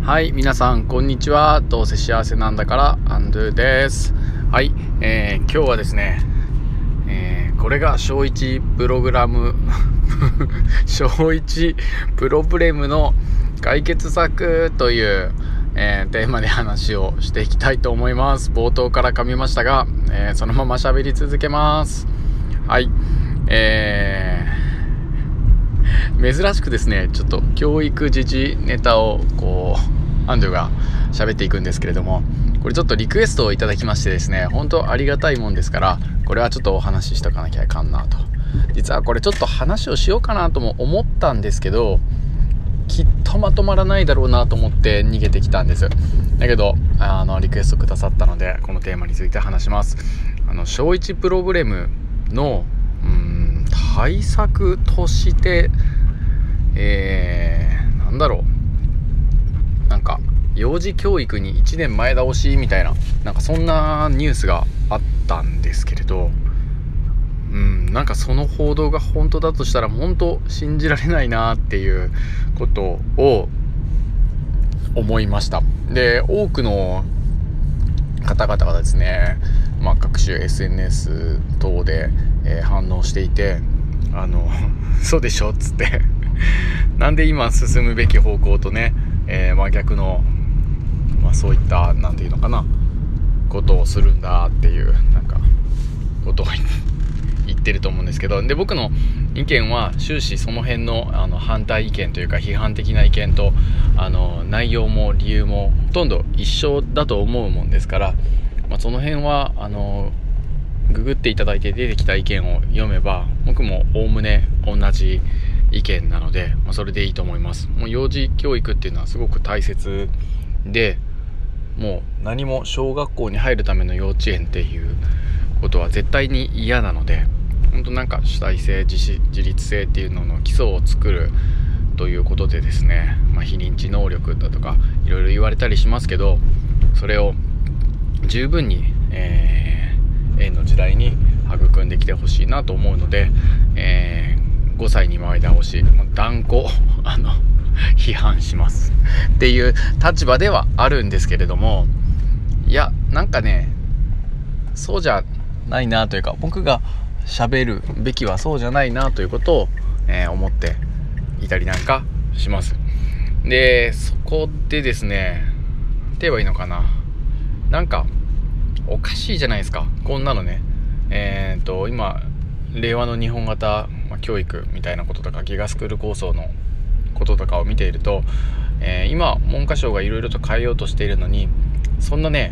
はい、皆さんこんにちは。どうせ幸せなんだからアンドゥです。はい、今日はですね、これが小1プログラム小1プロブレムの解決策という、テーマで話をしていきたいと思います。冒頭から噛みましたが、そのまま喋り続けます。はい、珍しくですね、ちょっと教育時事ネタをアンドゥが喋っていくんですけれども、これちょっとリクエストをいただきましてですね、本当ありがたいもんですから、これはちょっとお話ししとかなきゃいかんなと。実はこれちょっと話をしようかなとも思ったんですけど、きっとまとまらないだろうなと思って逃げてきたんです。だけどリクエストくださったので、このテーマについて話します。小1プロブレムの対策として幼児教育に1年前倒しみたいな、そんなニュースがあったんですけれど、その報道が本当だとしたら本当信じられないなっていうことを思いました。で、多くの方々がですね、各種 SNS 等で、反応していて、そうでしょっつってなんで今進むべき方向とね、逆のそういったことをするんだっていうことを言ってると思うんですけど、で、僕の意見は終始その辺の反対意見というか批判的な意見と内容も理由もほとんど一緒だと思うもんですから、その辺はググっていただいて出てきた意見を読めば僕もおおむね同じ意見なので、それでいいと思います。もう幼児教育っていうのはすごく大切で、もう何も小学校に入るための幼稚園っていうことは絶対に嫌なので、本当主体性、自立性っていうのの基礎を作るということでですね、非認知能力だとかいろいろ言われたりしますけど、それを十分に、園の時代に育んできてほしいなと思うので、5歳に前倒し断固批判しますっていう立場ではあるんですけれども、いやそうじゃないなというか、僕が喋るべきはそうじゃないなということを、思っていたりします。で、そこでですね、って言えばいいのかな、おかしいじゃないですか、こんなのね。今令和の日本型教育みたいなこととかギガスクール構想のこととかを見ていると、今文科省がいろいろと変えようとしているのに、そんなね、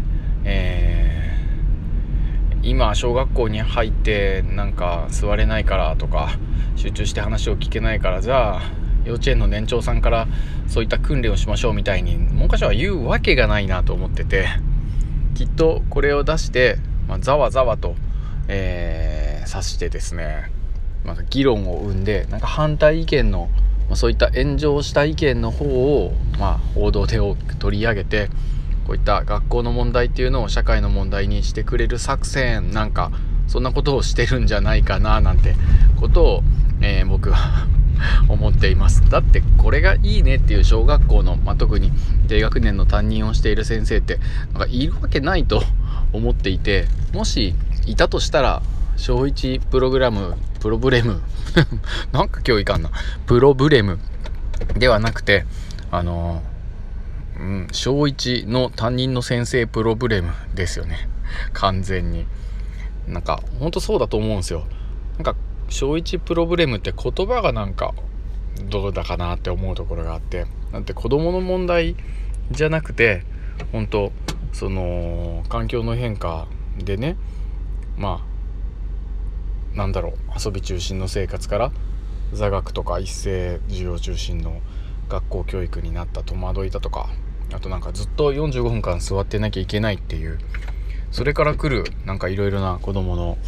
今小学校に入って座れないからとか集中して話を聞けないから、じゃあ幼稚園の年長さんからそういった訓練をしましょうみたいに文科省は言うわけがないなと思ってて、きっとこれを出して、ざわざわと、さしてですね、議論を生んで反対意見の、そういった炎上した意見の方を、報道で多く取り上げて、こういった学校の問題っていうのを社会の問題にしてくれる作戦、そんなことをしてるんじゃないかななんてことを、僕は思っています。だってこれがいいねっていう小学校の、特に低学年の担任をしている先生っているわけないと思っていて、もしいたとしたら小1プロブレム今日いかんな、プロブレムではなくて小1の担任の先生プロブレムですよね、完全に。本当そうだと思うんですよ。小1プロブレムって言葉がどうだかなって思うところがあって、だって子供の問題じゃなくて、本当その環境の変化でね、遊び中心の生活から座学とか一斉授業中心の学校教育になった戸惑いだとか、あとずっと45分間座ってなきゃいけないっていう、それから来るいろいろな子供の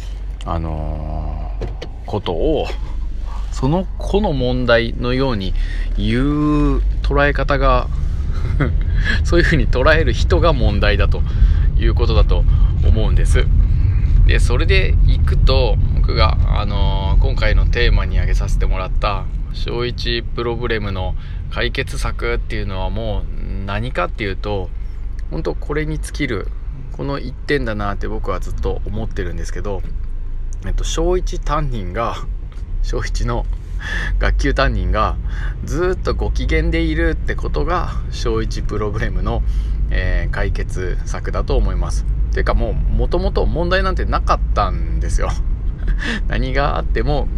ことをその子の問題のように言う捉え方がそういうふうに捉える人が問題だということだと思うんです。で、それでいくと、僕が、今回のテーマに挙げさせてもらった小1プロブレムの解決策っていうのはもう何かっていうと、本当これに尽きるこの一点だなって僕はずっと思ってるんですけど、小1担任が小1の学級担任がずっとご機嫌でいるってことが小1プロブレムの、解決策だと思います。ていうかもともと問題なんてなかったんですよ何があっても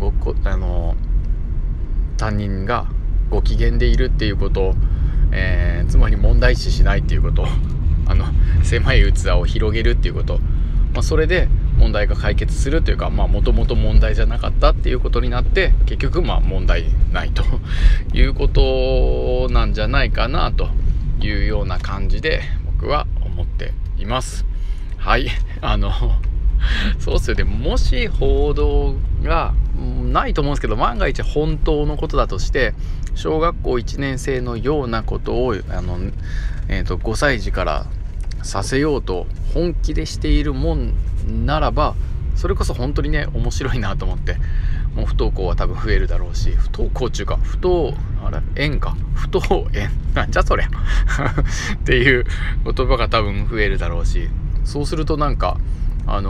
担任がご機嫌でいるっていうこと、つまり問題視しないっていうこと、狭い器を広げるっていうこと、それで問題が解決するというか、もともと問題じゃなかったっていうことになって、結局問題ないということなんじゃないかなというような感じで僕は思っています。はい、そうっすよね。もし報道がないと思うんですけど、万が一本当のことだとして、小学校1年生のようなことを5歳児からさせようと本気でしているもんならば、それこそ本当にね面白いなと思って、もう不登校は多分増えるだろうし、不登校中か不登園なんじゃそりゃっていう言葉が多分増えるだろうし、そうするとなんかなんてい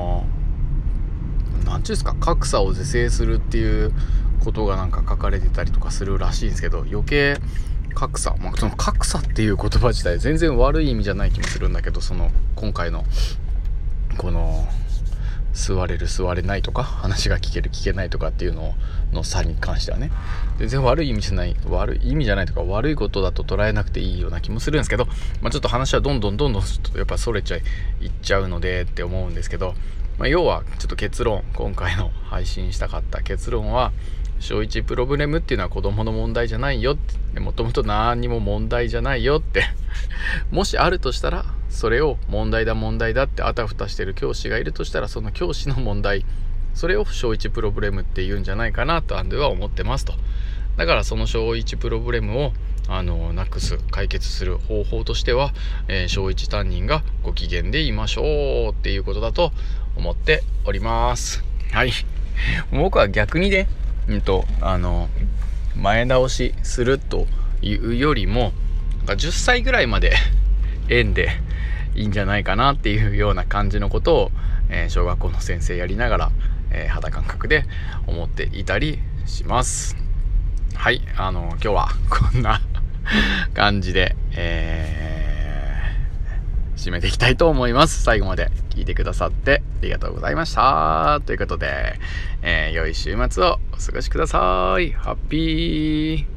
うんですか、格差を是正するっていうことがなんか書かれてたりとかするらしいんですけど、余計格差、その格差っていう言葉自体全然悪い意味じゃない気もするんだけど、今回のこの座れる座れないとか、話が聞ける聞けないとかっていうの差に関してはね、全然悪い意味じゃないとか、悪いことだと捉えなくていいような気もするんですけど、ちょっと話はどんどんやっぱそれちゃいっちゃうのでって思うんですけど、要はちょっと結論、今回の配信したかった結論は、小1プロブレムっていうのは子供の問題じゃないよって、もともと何にも問題じゃないよってもしあるとしたら、それを問題だってあたふたしてる教師がいるとしたら、その教師の問題、それを小1プロブレムって言うんじゃないかなとアンドゥは思ってますと。だからその小1プロブレムをなくす、解決する方法としては、小1担任がご機嫌でいましょうっていうことだと思っております。はい、僕は逆にね、前倒しするというよりも、10歳ぐらいまで園でいいんじゃないかなっていうような感じのことを、小学校の先生やりながら、肌感覚で思っていたりします。はい、今日はこんな感じで、締めていきたいと思います。最後まで聞いてくださってありがとうございました。ということで、良い週末をお過ごしください。ハッピー